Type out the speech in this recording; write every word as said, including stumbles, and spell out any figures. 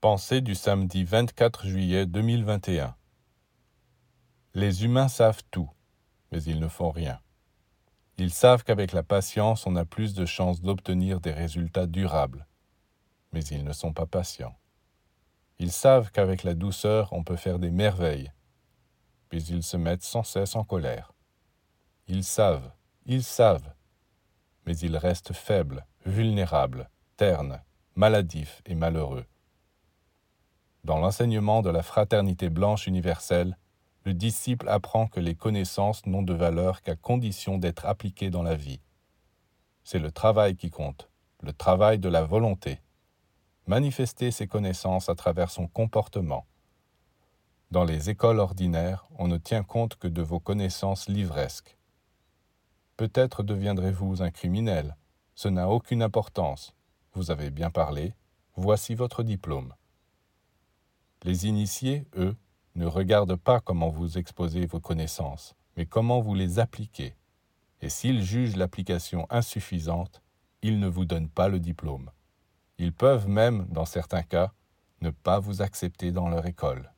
Pensée du samedi vingt-quatre juillet deux mille vingt et un. Les humains savent tout, mais ils ne font rien. Ils savent qu'avec la patience, on a plus de chances d'obtenir des résultats durables, mais ils ne sont pas patients. Ils savent qu'avec la douceur, on peut faire des merveilles, mais ils se mettent sans cesse en colère. Ils savent, ils savent, mais ils restent faibles, vulnérables, ternes, maladifs et malheureux. Dans l'enseignement de la fraternité blanche universelle, le disciple apprend que les connaissances n'ont de valeur qu'à condition d'être appliquées dans la vie. C'est le travail qui compte, le travail de la volonté. Manifester ses connaissances à travers son comportement. Dans les écoles ordinaires, on ne tient compte que de vos connaissances livresques. Peut-être deviendrez-vous un criminel, ce n'a aucune importance. Vous avez bien parlé, voici votre diplôme. Les initiés, eux, ne regardent pas comment vous exposez vos connaissances, mais comment vous les appliquez. Et s'ils jugent l'application insuffisante, ils ne vous donnent pas le diplôme. Ils peuvent même, dans certains cas, ne pas vous accepter dans leur école.